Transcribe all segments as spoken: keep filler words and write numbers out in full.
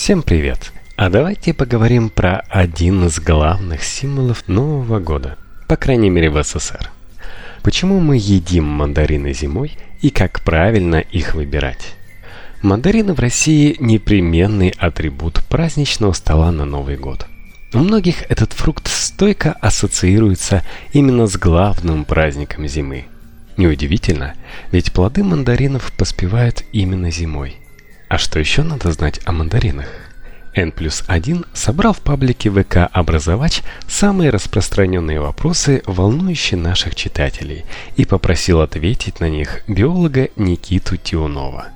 Всем привет! А давайте поговорим про один из главных символов Нового года, по крайней мере в СССР. Почему мы едим мандарины зимой и как правильно их выбирать? Мандарины в России – непременный атрибут праздничного стола на Новый год. У многих этот фрукт стойко ассоциируется именно с главным праздником зимы. Неудивительно, ведь плоды мандаринов поспевают именно зимой. А что еще надо знать о мандаринах? эн плюс один собрал в паблике ВК «Образовач» самые распространенные вопросы, волнующие наших читателей, и попросил ответить на них биолога Никиту Тиунова.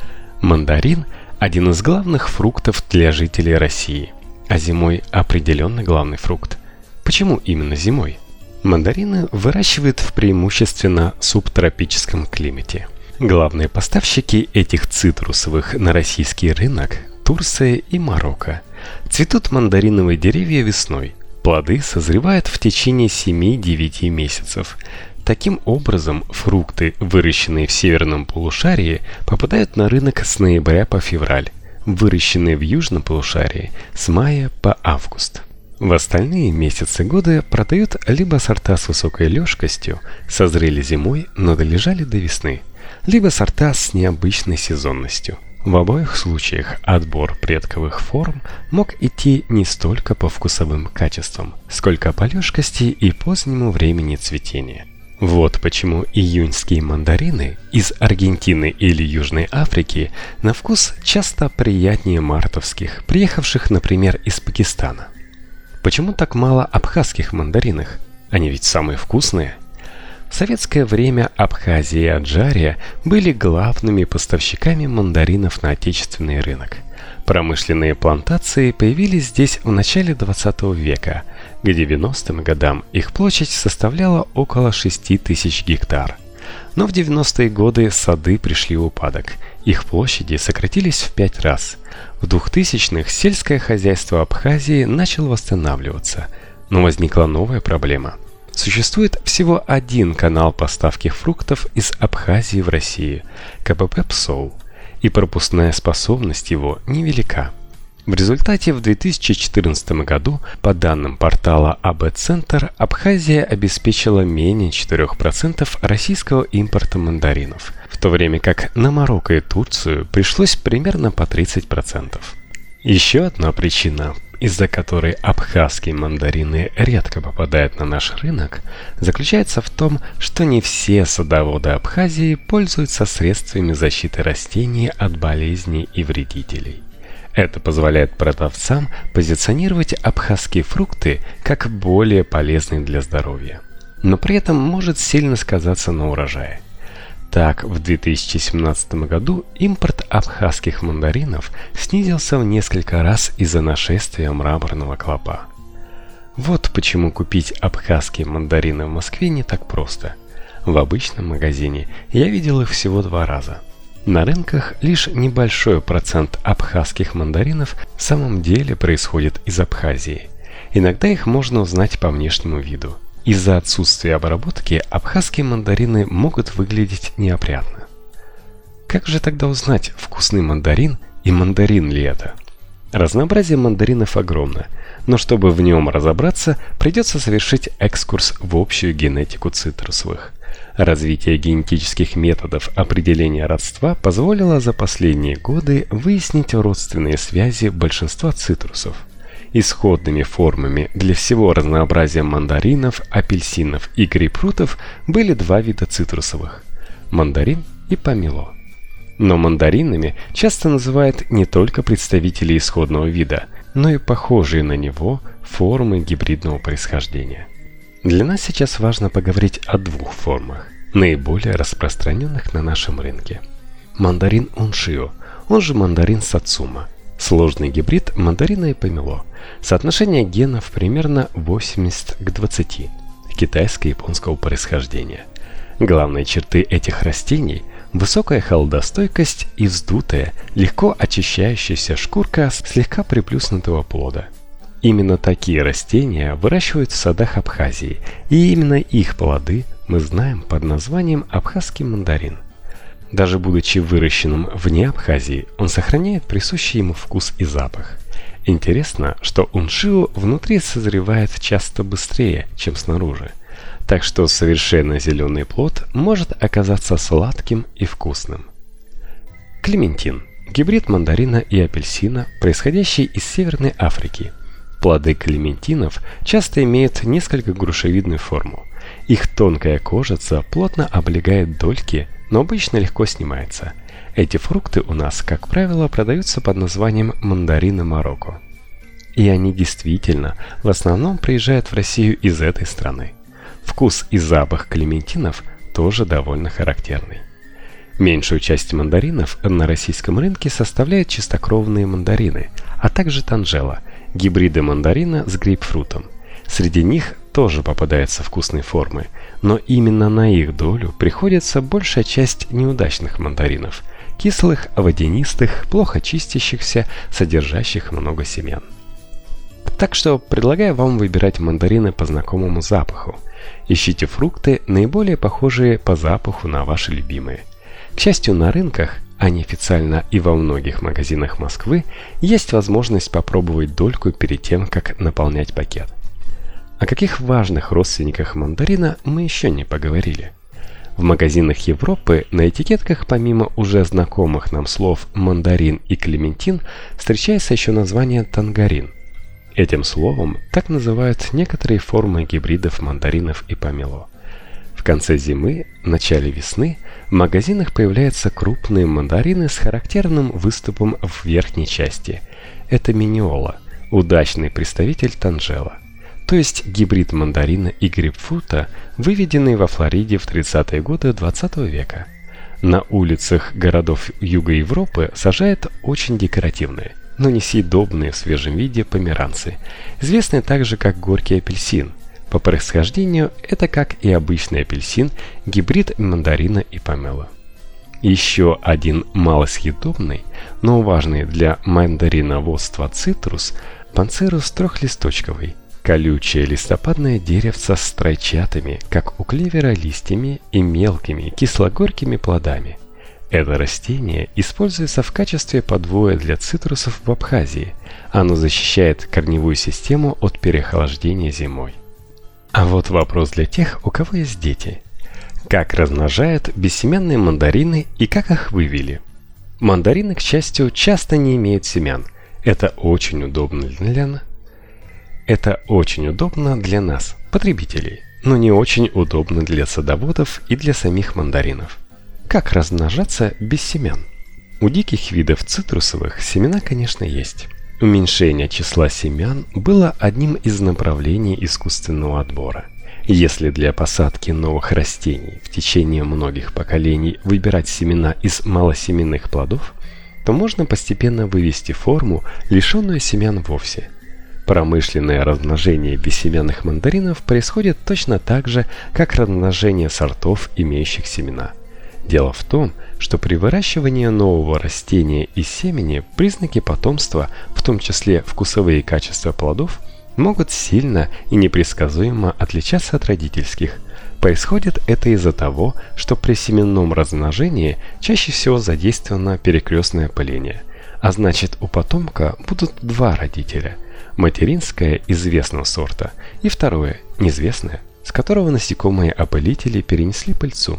Мандарин – один из главных фруктов для жителей России, а зимой определенно главный фрукт. Почему именно зимой? Мандарины выращивают в преимущественно субтропическом климате. Главные поставщики этих цитрусовых на российский рынок – Турция и Марокко. Цветут мандариновые деревья весной. Плоды созревают в течение семи-девяти месяцев. Таким образом, фрукты, выращенные в северном полушарии, попадают на рынок с ноября по февраль, выращенные в южном полушарии с мая по август. В остальные месяцы года продают либо сорта с высокой лёжкостью, созрели зимой, но долежали до весны, либо сорта с необычной сезонностью. В обоих случаях отбор предковых форм мог идти не столько по вкусовым качествам, сколько по лёжкости и позднему времени цветения. Вот почему июньские мандарины из Аргентины или Южной Африки на вкус часто приятнее мартовских, приехавших, например, из Пакистана. Почему так мало абхазских мандаринов? Они ведь самые вкусные. В советское время Абхазия и Аджария были главными поставщиками мандаринов на отечественный рынок. Промышленные плантации появились здесь в начале двадцатого века. К девяностым годам их площадь составляла около шести тысяч гектар. Но в девяностые годы сады пришли в упадок. Их площади сократились в пять раз. В двухтысячных сельское хозяйство Абхазии начало восстанавливаться. Но возникла новая проблема. Существует всего один канал поставки фруктов из Абхазии в Россию – ка пэ пэ «Псол», и пропускная способность его невелика. В результате в две тысячи четырнадцатом году, по данным портала а бэ центр, Абхазия обеспечила менее четырёх процентов российского импорта мандаринов, в то время как на Марокко и Турцию пришлось примерно по тридцать процентов. Еще одна причина, из-за которой абхазские мандарины редко попадают на наш рынок, заключается в том, что не все садоводы Абхазии пользуются средствами защиты растений от болезней и вредителей. Это позволяет продавцам позиционировать абхазские фрукты как более полезные для здоровья, но при этом может сильно сказаться на урожае. Так, в две тысячи семнадцатом году импорт абхазских мандаринов снизился в несколько раз из-за нашествия мраморного клопа. Вот почему купить абхазские мандарины в Москве не так просто. В обычном магазине я видел их всего два раза. На рынках лишь небольшой процент абхазских мандаринов в самом деле происходит из Абхазии. Иногда их можно узнать по внешнему виду. Из-за отсутствия обработки абхазские мандарины могут выглядеть неопрятно. Как же тогда узнать, вкусный мандарин и мандарин ли это? Разнообразие мандаринов огромно, но чтобы в нем разобраться, придется совершить экскурс в общую генетику цитрусовых. Развитие генетических методов определения родства позволило за последние годы выяснить родственные связи большинства цитрусов. Исходными формами для всего разнообразия мандаринов, апельсинов и грейпфрутов были два вида цитрусовых – мандарин и помело. Но мандаринами часто называют не только представители исходного вида, но и похожие на него формы гибридного происхождения. Для нас сейчас важно поговорить о двух формах, наиболее распространенных на нашем рынке. Мандарин уншио, он же мандарин сацума. Сложный гибрид мандарина и помело. Соотношение генов примерно восемьдесят к двадцати, китайско-японского происхождения. Главные черты этих растений – высокая холодостойкость и вздутая, легко очищающаяся шкурка слегка приплюснутого плода. Именно такие растения выращивают в садах Абхазии, и именно их плоды мы знаем под названием абхазский мандарин. Даже будучи выращенным вне Абхазии, он сохраняет присущий ему вкус и запах. Интересно, что уншио внутри созревает часто быстрее, чем снаружи, так что совершенно зеленый плод может оказаться сладким и вкусным. Клементин – гибрид мандарина и апельсина, происходящий из Северной Африки. Плоды клементинов часто имеют несколько грушевидную форму. Их тонкая кожица плотно облегает дольки, но обычно легко снимается. Эти фрукты у нас, как правило, продаются под названием мандарины Марокко. И они действительно в основном приезжают в Россию из этой страны. Вкус и запах клементинов тоже довольно характерный. Меньшую часть мандаринов на российском рынке составляют чистокровные мандарины, а также танжела – гибриды мандарина с грейпфрутом. Среди них тоже попадаются вкусные формы, но именно на их долю приходится большая часть неудачных мандаринов – кислых, водянистых, плохо чистящихся, содержащих много семян. Так что предлагаю вам выбирать мандарины по знакомому запаху. Ищите фрукты, наиболее похожие по запаху на ваши любимые. К счастью, на рынках, а неофициально и во многих магазинах Москвы, есть возможность попробовать дольку перед тем, как наполнять пакет. О каких важных родственниках мандарина мы еще не поговорили. В магазинах Европы на этикетках помимо уже знакомых нам слов мандарин и клементин встречается еще название тангарин. Этим словом так называют некоторые формы гибридов мандаринов и помело. В конце зимы, начале весны в магазинах появляются крупные мандарины с характерным выступом в верхней части. Это миниола, удачный представитель танжела, то есть гибрид мандарина и грейпфрута, выведенный во Флориде в тридцатые годы двадцатого века. На улицах городов Юга Европы сажают очень декоративные, но не съедобные в свежем виде померанцы, известные также как горький апельсин. По происхождению это, как и обычный апельсин, гибрид мандарина и помело. Еще один малосъедобный, но важный для мандариноводства цитрус – панцирус трехлисточковый, колючее листопадное деревце с тройчатыми, как у клевера, листьями и мелкими кислогорькими плодами. Это растение используется в качестве подвоя для цитрусов в Абхазии. Оно защищает корневую систему от переохлаждения зимой. А вот вопрос для тех, у кого есть дети. Как размножают бессеменные мандарины и как их вывели? Мандарины, к счастью, часто не имеют семян. Это очень удобно для нас. Это очень удобно для нас, потребителей, но не очень удобно для садоводов и для самих мандаринов. Как размножаться без семян? У диких видов цитрусовых семена, конечно, есть. Уменьшение числа семян было одним из направлений искусственного отбора. Если для посадки новых растений в течение многих поколений выбирать семена из малосеменных плодов, то можно постепенно вывести форму, лишенную семян вовсе. Промышленное размножение бессемянных мандаринов происходит точно так же, как размножение сортов, имеющих семена. Дело в том, что при выращивании нового растения из семени признаки потомства, в том числе вкусовые качества плодов, могут сильно и непредсказуемо отличаться от родительских. Происходит это из-за того, что при семенном размножении чаще всего задействовано перекрестное опыление, а значит у потомка будут два родителя – материнское известного сорта и второе неизвестное, с которого насекомые-опылители перенесли пыльцу.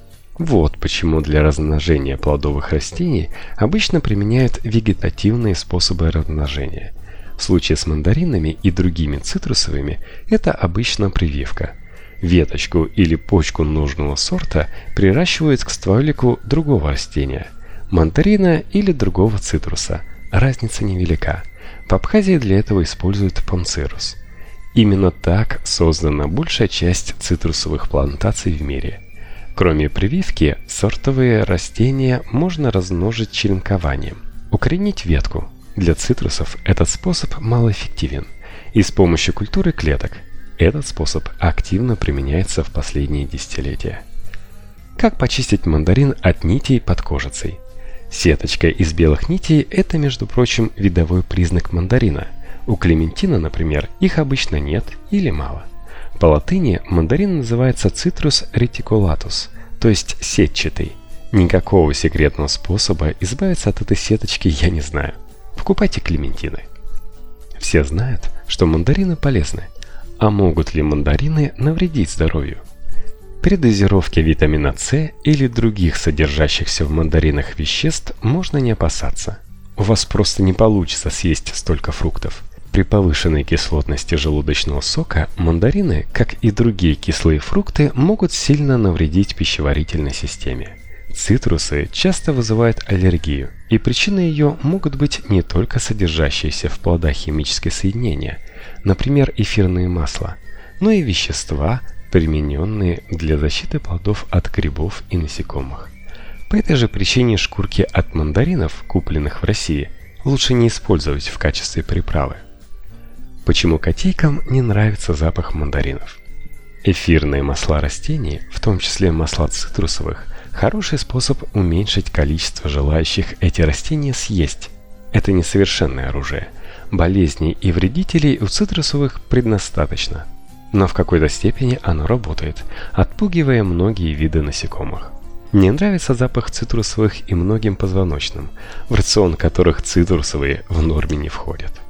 Вот почему для размножения плодовых растений обычно применяют вегетативные способы размножения. В случае с мандаринами и другими цитрусовыми это обычно прививка. Веточку или почку нужного сорта приращивают к стволику другого растения – мандарина или другого цитруса. Разница невелика. В Абхазии для этого используют панцирус. Именно так создана большая часть цитрусовых плантаций в мире. Кроме прививки, сортовые растения можно размножить черенкованием. Укоренить ветку. Для цитрусов этот способ малоэффективен. И с помощью культуры клеток. Этот способ активно применяется в последние десятилетия. Как почистить мандарин от нитей под кожицей? Сеточка из белых нитей – это, между прочим, видовой признак мандарина. У клементина, например, их обычно нет или мало. По латыни мандарин называется Citrus reticulatus, то есть сетчатый. Никакого секретного способа избавиться от этой сеточки я не знаю. Покупайте клементины. Все знают, что мандарины полезны. А могут ли мандарины навредить здоровью? При дозировке витамина С или других содержащихся в мандаринах веществ можно не опасаться. У вас просто не получится съесть столько фруктов. При повышенной кислотности желудочного сока мандарины, как и другие кислые фрукты, могут сильно навредить пищеварительной системе. Цитрусы часто вызывают аллергию, и причиной ее могут быть не только содержащиеся в плодах химические соединения, например, эфирные масла, но и вещества, примененные для защиты плодов от грибов и насекомых. По этой же причине шкурки от мандаринов, купленных в России, лучше не использовать в качестве приправы. Почему котейкам не нравится запах мандаринов? Эфирные масла растений, в том числе масла цитрусовых, хороший способ уменьшить количество желающих эти растения съесть. Это несовершенное оружие. Болезней и вредителей у цитрусовых предостаточно. Но в какой-то степени оно работает, отпугивая многие виды насекомых. Не нравится запах цитрусовых и многим позвоночным, в рацион которых цитрусовые в норме не входят.